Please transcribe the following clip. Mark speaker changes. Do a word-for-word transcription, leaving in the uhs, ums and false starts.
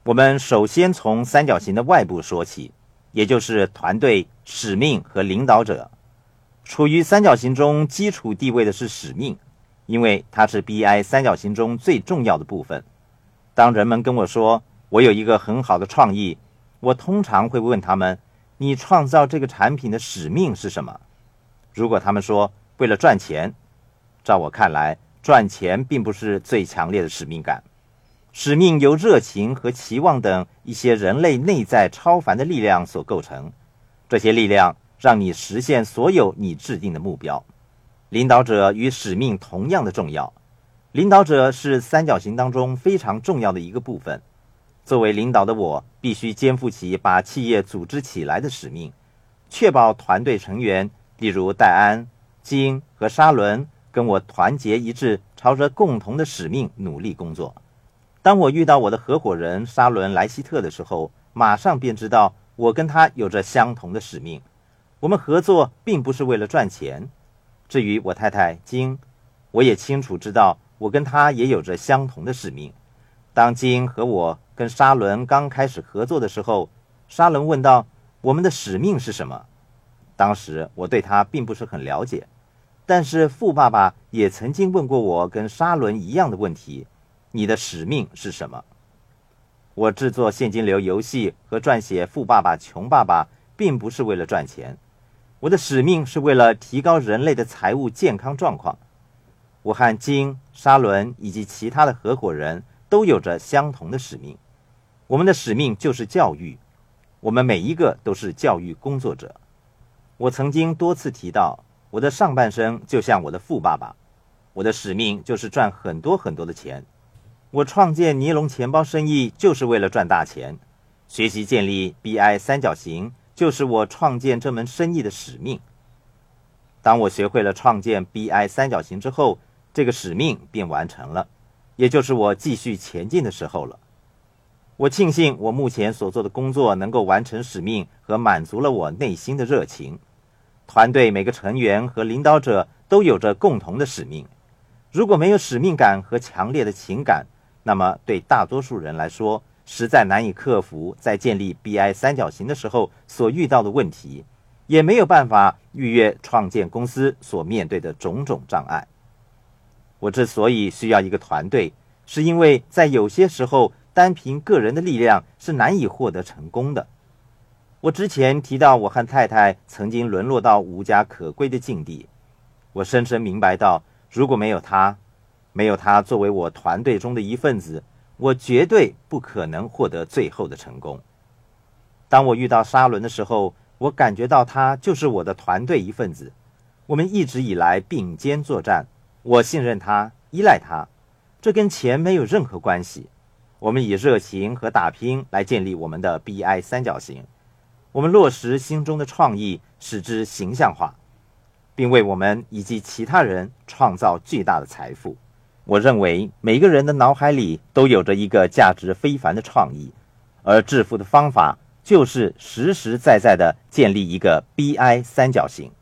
Speaker 1: 我们首先从三角形的外部说起，也就是团队、使命和领导者。处于三角形中基础地位的是使命，因为它是 B I 三角形中最重要的部分。当人们跟我说我有一个很好的创意，我通常会问他们，你创造这个产品的使命是什么？如果他们说为了赚钱，照我看来，赚钱并不是最强烈的使命感。使命由热情和期望等一些人类内在超凡的力量所构成，这些力量让你实现所有你制定的目标。领导者与使命同样的重要，领导者是三角形当中非常重要的一个部分。作为领导的我，必须肩负起把企业组织起来的使命，确保团队成员，例如戴安、金和沙伦，跟我团结一致，朝着共同的使命努力工作。当我遇到我的合伙人沙伦·莱希特的时候，马上便知道我跟他有着相同的使命。我们合作并不是为了赚钱。至于我太太金，我也清楚知道我跟她也有着相同的使命。当金和我跟沙伦刚开始合作的时候，沙伦问道，我们的使命是什么？当时我对他并不是很了解，但是富爸爸也曾经问过我跟沙伦一样的问题，你的使命是什么？我制作现金流游戏和撰写《富爸爸穷爸爸》并不是为了赚钱，我的使命是为了提高人类的财务健康状况。我和金、沙伦以及其他的合伙人都有着相同的使命，我们的使命就是教育，我们每一个都是教育工作者。我曾经多次提到，我的上半生就像我的富爸爸，我的使命就是赚很多很多的钱。我创建尼龙钱包生意就是为了赚大钱，学习建立 B I 三角形就是我创建这门生意的使命。当我学会了创建 B I 三角形之后，这个使命便完成了，也就是我继续前进的时候了。我庆幸我目前所做的工作能够完成使命和满足了我内心的热情。团队每个成员和领导者都有着共同的使命，如果没有使命感和强烈的情感，那么对大多数人来说，实在难以克服在建立 B I 三角形的时候所遇到的问题，也没有办法逾越创建公司所面对的种种障碍。我之所以需要一个团队，是因为在有些时候单凭个人的力量是难以获得成功的。我之前提到我和太太曾经沦落到无家可归的境地，我深深明白到，如果没有他，没有他作为我团队中的一份子，我绝对不可能获得最后的成功。当我遇到沙伦的时候，我感觉到他就是我的团队一份子，我们一直以来并肩作战，我信任他，依赖他，这跟钱没有任何关系。我们以热情和打拼来建立我们的 B I 三角形，我们落实心中的创意，使之形象化，并为我们以及其他人创造巨大的财富。我认为每个人的脑海里都有着一个价值非凡的创意，而致富的方法就是实实在在地建立一个 B I 三角形。